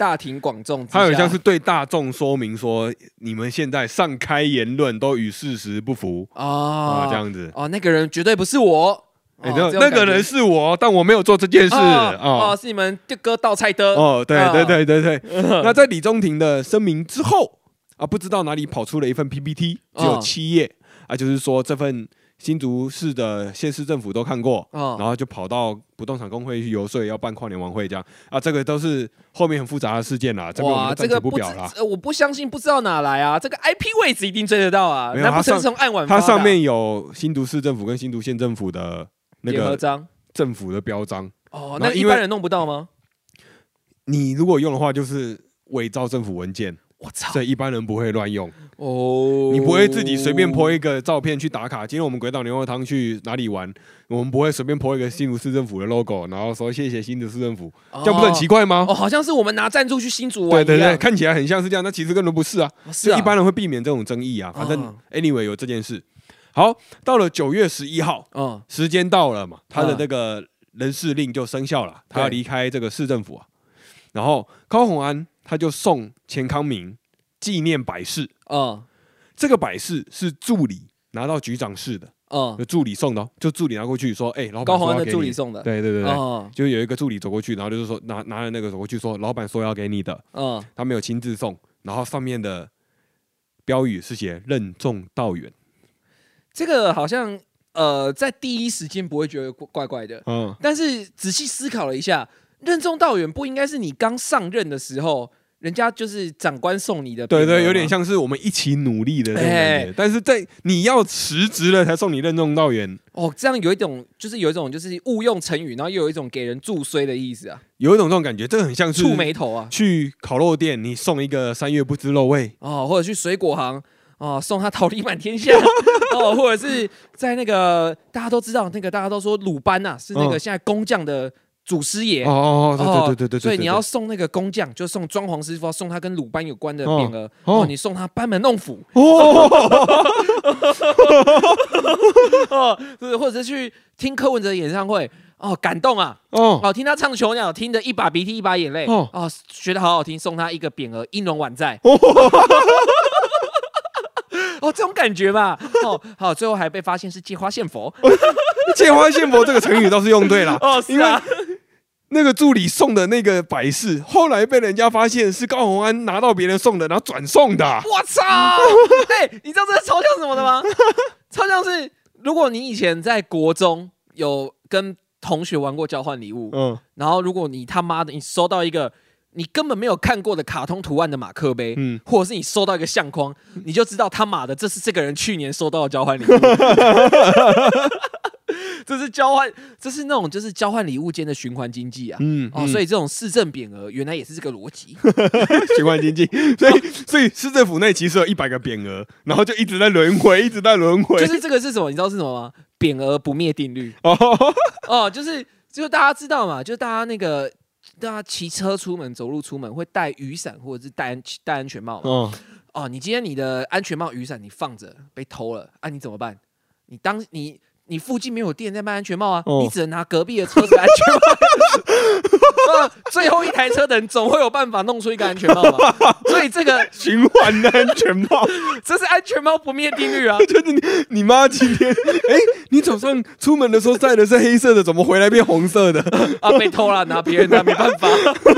大庭广众， 他有像是对大众说明说，你们现在上开言论都与事实不符哦、啊，这样子哦，那个人绝对不是我。 欸哦、那个人是我，但我没有做这件事。哦， 哦哦是你们的哥倒菜的。 哦，对对对对对。哦、那在李宗廷的声明之后啊，不知道哪里跑出了一份 P P T， 只有七页、哦、啊，就是说这份新竹市的县市政府都看过，哦、然后就跑到不动产公会去游说，要办跨年晚会这样啊，这个都是后面很复杂的事件啦，这边我们暂且不表啦。 这个、我不相信，不知道哪来啊，这个 I P 位置一定追得到啊，那不是从暗网发的、啊？ 它上面有新竹市政府跟新竹县政府的那个章。 政府的标章哦，那一般人弄不到吗？ 你如果用的话，就是伪造政府文件。 我操！ 所以一般人不会乱用哦。 你不会自己随便 po 一个照片去打卡。今天我们鬼岛牛肉汤去哪里玩？我们不会随便 po 一个新竹市政府的 logo， 然后说谢谢新竹市政府，哦、这样不是很奇怪吗？ 哦，好像是我们拿赞助去新竹玩一样。 对对对，看起来很像是这样，那其实根本不是啊。 哦、是啊， 就一般人会避免这种争议啊。反正 anyway 有这件事。好，到了九月十一号，嗯，时间到了嘛，他的那个人事令就生效了，他要离开这个市政府啊。然后高虹安他就送钱康明纪念百事，嗯，这个百事是助理拿到局长室的，嗯，就助理送的、哦，就助理拿过去说，哎、欸，老板说要给你，高虹安的助理送的， 对对对对，嗯、就有一个助理走过去，然后就是说拿拿了那个走过去说，老板说要给你的，嗯，他没有亲自送，然后上面的标语是写任重道远， 这个好像。呃，在第一时间不会觉得怪怪的，嗯，但是仔细思考了一下，任重道远不应该是你刚上任的时候，人家就是长官送你的， 对对，有点像是我们一起努力的那种感觉，欸、但是在你要辞职了才送你任重道远， 哦，这样有一种就是有一种就是误用成语，然后又有一种给人助衰的意思啊， 有一种这种感觉，这个很像是触眉头啊， 去烤肉店你送一个三月不知肉味哦，或者去水果行。哦，送他桃李满天下哦，或者是在那个大家都知道那个大家都说鲁班呐、啊、是那个现在工匠的祖师爷哦哦哦，对对对对对， 所以你要送那个工匠，就送装潢师傅，要送他跟鲁班有关的匾额哦，你送他班门弄斧哦，哦，或者是去听柯文哲的演唱会哦，感动啊哦，哦，听他唱囚鸟，听得一把鼻涕一把眼泪哦，哦，觉得好好听，送他一个匾额，音容宛在。哦，这种感觉吧，哦，好，最后还被发现是借花献佛， 借花献佛这个成语倒是用对了， 哦，是啊， 因为那个助理送的那个百事，后来被人家发现是高虹安拿到别人送的，然后转送的。 我操！哎、欸，你知道这超像什么的吗？超像是如果你以前在国中有跟同学玩过交换礼物，嗯，然后如果你他妈的你收到一个。你根本没有看过的卡通图案的马克杯，嗯，或者是你收到一个相框，你就知道他妈的这是这个人去年收到的交换礼物。这是交换，这是那种就是交换礼物间的循环经济啊，嗯，哦，所以这种市政匾额原来也是这个逻辑， 循环经济，所以所以市政府内其实有一百个匾额，然后就一直在轮回，一直在轮回， 就是这个是什么？你知道是什么吗？匾额不灭定律。哦，哦，就是就是大家知道嘛，就是大家那个。大家骑车出门、走路出门会带雨伞或者是戴安戴安全帽嘛？哦，哦，你今天你的安全帽、雨伞你放着被偷了啊，你怎么办？你当你你附近没有店在卖安全帽啊，哦、你只能拿隔壁的车子安全帽。啊，最后一台车的人总会有办法弄出一个安全帽嘛？所以这个循环的安全帽， 这是安全帽不灭定律啊！ 就是你你妈今天，哎、欸，你早上出门的时候戴的是黑色的，怎么回来变红色的？ 啊，被偷了，拿别人的，没办法。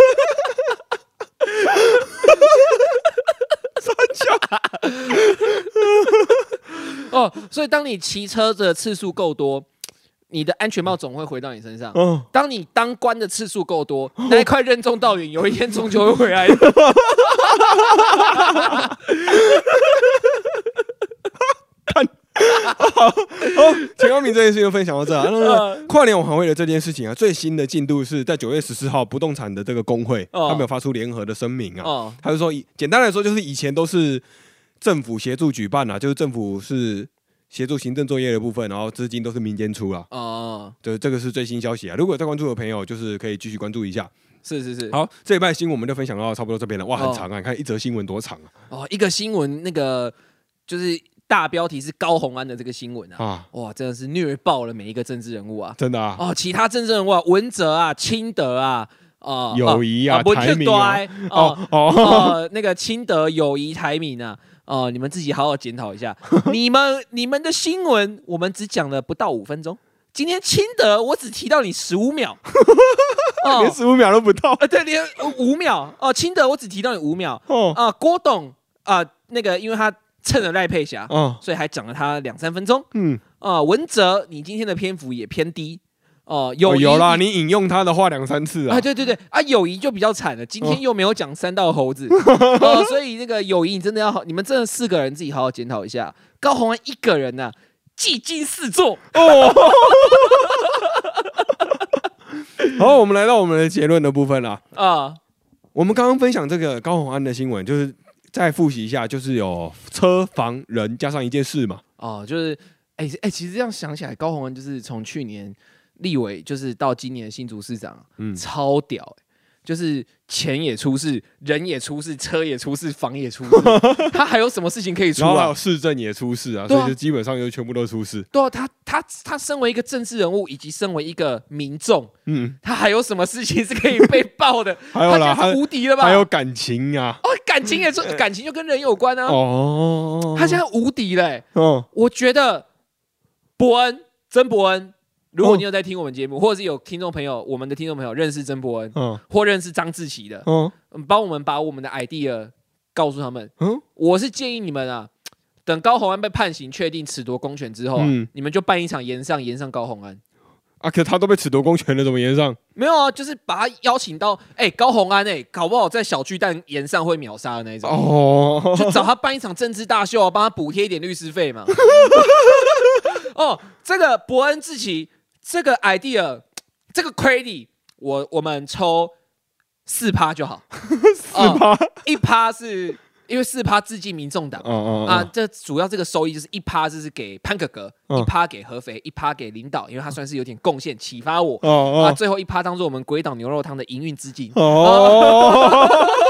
哦，所以当你骑车的次数够多，你的安全帽总会回到你身上。哦、当你当官的次数够多，那一块任重道远，有一天终究会回来的。 看，好，钱康明这件事就分享到这啊。那跨年晚会的这件事情啊，最新的进度是在九月十四号，不动产的这个工会，哦、他们有发出联合的声明啊。哦、他就说，简单来说，就是以前都是政府协助举办啊，就是政府是协助行政作业的部分，然后资金都是民间出啊。哦，对，这个是最新消息啊。如果有在关注的朋友，就是可以继续关注一下。 是是是， 好，这礼拜新闻我们就分享到差不多这边了。哇，很长啊！哦、你看一则新闻多长啊！ 哦，一个新闻那个就是大标题是高虹安的这个新闻啊，啊哇，真的是虐爆了每一个政治人物啊！ 真的啊！ 哦，其他政治人物啊，文哲啊、清德啊。 啊， 友谊啊， 不台名啊， 哦哦，那个清德友谊台名啊，哦，你们自己好好检讨一下，你们你们的新闻我们只讲了不到五分钟，今天清德我只提到你十五秒， 哦、连十五秒都不到， 呃，对，连五秒哦，清德我只提到你五秒，哦啊，郭董啊，那个因为他蹭了赖佩霞，哦，所以还讲了他两三分钟，嗯啊，文哲你今天的篇幅也偏低。哦，友谊、哦、 有啦，你引用他的话两三次啊！ 啊，对对对啊，友谊就比较惨了，今天又没有讲三道猴子，哦哦、所以那个友谊你真的要好，你们真的四个人自己好好检讨一下。高虹安一个人呢、啊，技惊四座哦。 好，我们来到我们的结论的部分了啊。我们刚刚分享这个高虹安的新闻，就是再复习一下，就是有车房人加上一件事嘛。 哦，就是。哎、欸、哎、欸，其实这样想起来，高虹安就是从去年立委，就是到今年的新竹市长，嗯，超屌、欸，就是钱也出事，人也出事，车也出事，房也出事，他还有什么事情可以出啊？ 然后还有市政也出事啊，啊所以就基本上就全部都出事。 对啊，他他他身为一个政治人物，以及身为一个民众，嗯，他还有什么事情是可以被爆的？ 还有啦， 他是无敌了吧？ 还有感情啊！ 哦，感情也出，感情就跟人有关啊。哦，他现在无敌嘞、欸。哦，我觉得。伯恩，曾伯恩，如果你有在听我们节目，哦、或者是有听众朋友，我们的听众朋友认识曾伯恩，嗯、或认识张志奇的，嗯，帮我们把我们的 idea 告诉他们。嗯，我是建议你们啊，等高虹安被判刑确定褫夺公权之后、啊嗯，你们就办一场延上，延上高虹安。 啊，可他都被褫夺公权了，怎么延上？ 没有啊，就是把他邀请到，哎、欸，高虹安、欸，哎，搞不好在小巨蛋延上会秒杀的那一种。哦，就找他办一场政治大秀、啊，帮他补贴一点律师费嘛。哦，这个伯恩志奇这个 idea， 这个 credit， 我我们抽四趴就好。 四趴、哦， 一趴是因为四趴致敬民众党、哦哦哦、啊，这主要这个收益就是一趴就是给潘哥哥，一、哦、趴给合肥，一趴给领导，因为他算是有点贡献启发我。哦哦、啊，最后一趴当做我们鬼岛牛肉汤的营运资金。哦。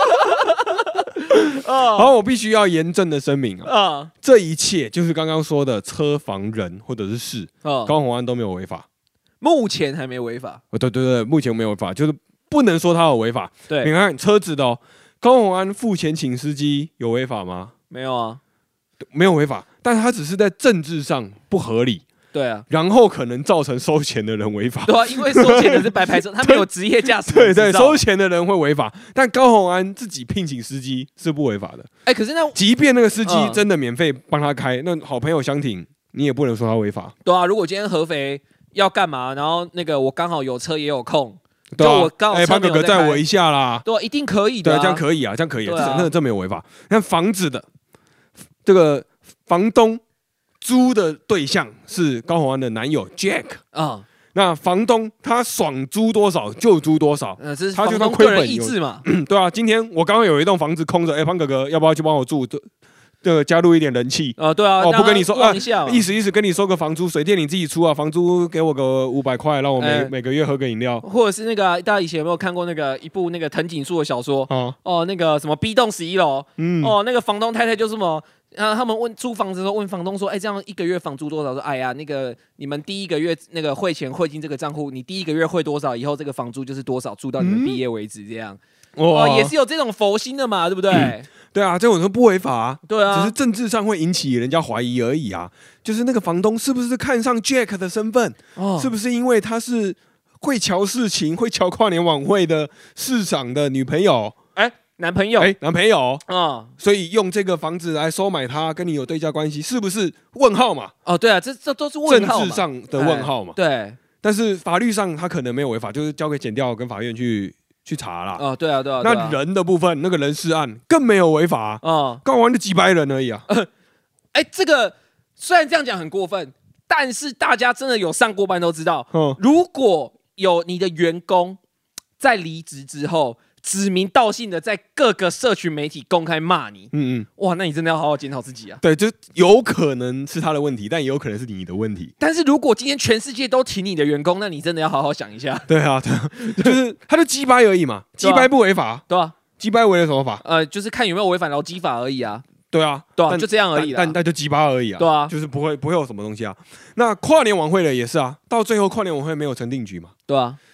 好，我必须要严正的声明啊，啊这一切就是刚刚说的车房人或者是事，啊、高虹安都没有违法， 目前还没违法。 哦，对对对，目前没有违法，就是不能说他有违法。 对， 你看车子的哦，高虹安付钱请司机有违法吗？ 没有啊， 没有违法，但他只是在政治上不合理。 对啊， 然后可能造成收钱的人违法。 对啊，因为收钱的是白牌车，他没有职业驾驶。 对对，收钱的人会违法，但高虹安自己聘请司机是不违法的。 哎、欸，可是那即便那个司机真的免费帮他开，嗯、那好朋友相挺，你也不能说他违法。 对啊，如果今天合肥要干嘛，然后那个我刚好有车也有空，对啊，我刚好哎，潘哥哥载我一下啦。 对、啊，一定可以的、啊。 对，这样可以啊，这样可以、啊，啊、这那这没有违法。那房子的这个房东。租的对象是高虹安的男友 Jack 啊、嗯，那房东他爽租多少就租多少， 呃，这是房东个人意志嘛？ 对啊，今天我刚刚有一栋房子空着，哎、欸，潘哥哥要不要去帮我住？这个加入一点人气啊、呃，对啊， 哦，不跟你说啊，意思意思跟你收个房租，水电你自己出啊，房租给我个五百块，让我每、欸、每个月喝个饮料， 或者是那个、啊、大家以前有没有看过那个一部那个藤井树的小说？哦哦，那个什么 B 栋十一楼，嗯，哦，那个房东太太就是什么。然后他们问租房子的时候，问房东说：“哎，这样一个月房租多少？”说：“哎呀，那个你们第一个月那个汇钱汇进这个账户，你第一个月汇多少，以后这个房租就是多少，租到你们毕业为止，这样。嗯”哦，也是有这种佛心的嘛，对不对？嗯、 对啊，这种说不违法、啊， 对啊， 只是政治上会引起人家怀疑而已啊。就是那个房东是不是看上 Jack 的身份？哦，是不是因为他是会瞧事情、会瞧跨年晚会的市长的女朋友？ 哎。男朋友，哎、 欸，男朋友，嗯，所以用这个房子来收买他，跟你有对价关系，是不是问号嘛？ 哦，对啊，这这都是问号嘛， 政治上的问号嘛。 欸、对， 但是法律上他可能没有违法，就是交给检调跟法院去去查啦。 哦，对啊，对啊。 那人的部分，那个人事案更没有违法啊，嗯，刚完就几百人而已啊。 哎、欸，这个虽然这样讲很过分，但是大家真的有上过班都知道，嗯，如果有你的员工在离职之后。指名道姓的在各个社群媒体公开骂你，嗯嗯，哇，那你真的要好好检讨自己啊。 对，就有可能是他的问题，但也有可能是你的问题。 但是如果今天全世界都挺你的员工，那你真的要好好想一下。 对啊，对啊，就是他就鸡掰而已嘛，鸡掰不违法， 对啊， 鸡掰违了什么法？ 呃，就是看有没有违反劳基法而已啊。 对啊， 对啊，就这样而已啦。 但但就鸡巴而已啊。 对啊， 就是不会不会有什么东西啊。那跨年晚会的也是啊，到最后跨年晚会没有成定局嘛。 对啊。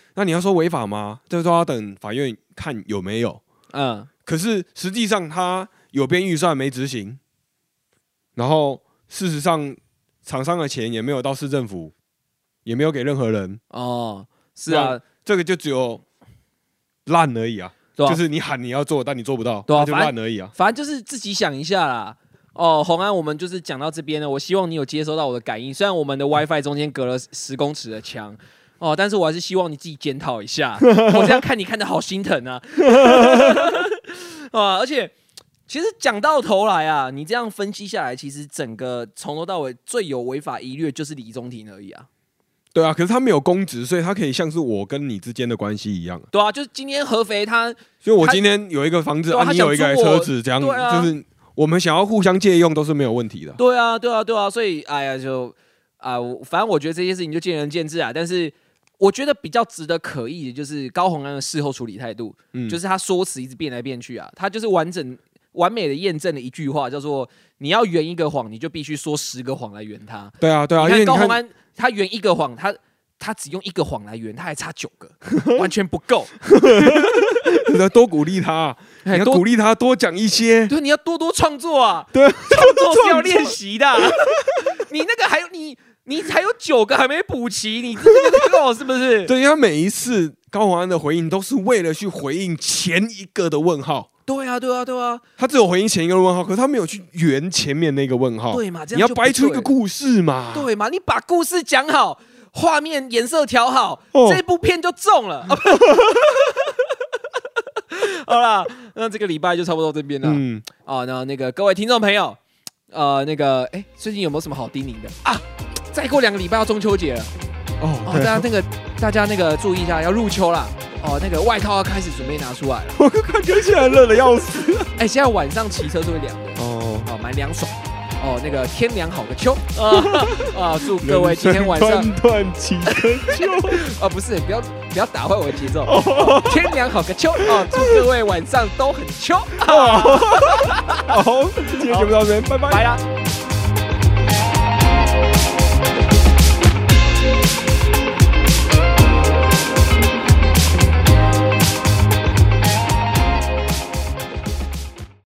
那你要说违法吗？这都要等法院看有没有。嗯，可是实际上他有编预算没执行，然后事实上厂商的钱也没有到市政府，也没有给任何人。 哦，是啊， 这个就只有烂而已啊。啊就是你喊你要做，但你做不到，对啊，就烂而已啊。 反正就是自己想一下啦。哦，宏安，我们就是讲到这边了。我希望你有接收到我的感应，虽然我们的 WiFi 中间隔了十公尺的墙。哦，但是我还是希望你自己检讨一下，我这样看你看得好心疼啊！啊，而且其实讲到头来啊，你这样分析下来，其实整个从头到尾最有违法疑虑就是李宗廷而已啊。 对啊，可是他没有公职，所以他可以像是我跟你之间的关系一样。 对啊，就是今天合肥他， 所以我今天有一个房子，啊，你有一个车子，这样、啊、就是我们想要互相借用都是没有问题的。 对啊，对啊，对啊，所以哎呀，就啊、呃，反正我觉得这些事情就见仁见智啊，但是。我觉得比较值得可议的就是高虹安的事后处理态度，嗯、就是他说辞一直变来变去啊，他就是完整完美的验证了一句话，叫做你要圆一个谎，你就必须说十个谎来圆它。 对啊，对啊， 你看高虹安他圆一个谎，他他只用一个谎来圆，他还差九个，完全不够。 你要多鼓励他，你要鼓励他多讲一些， 对，你要多多创作啊， 对， 创作是要练习的。你那个还有你。你才有九个还没补齐，你这个不够是不是？ 对，因为他每一次高虹安的回应都是为了去回应前一个的问号。 对啊，对啊，对啊， 他只有回应前一个问号，可是他没有去圆前面那个问号。 对嘛？这样你要掰出一个故事嘛？ 对嘛？你把故事讲好，画面颜色调好，哦、这部片就中了。好啦，那这个礼拜就差不多这边了。嗯，啊，那那个各位听众朋友，呃，那个，哎，最近有没有什么好叮咛的啊？再过两个礼拜要中秋节了，哦，哦大家那个大家那个注意一下，要入秋啦，哦，那个外套要开始准备拿出来了。 我感觉起来热的要死。 哎，现在晚上骑车是会凉的，哦，哦，蛮凉爽。哦，那个天凉好个秋啊啊！祝各位今天晚上断断起个秋啊，不是，不要不要打坏我的节奏。哦、天凉好个秋啊！祝各位晚上都很秋。好， 今天节目到这边，拜拜， 拜啦。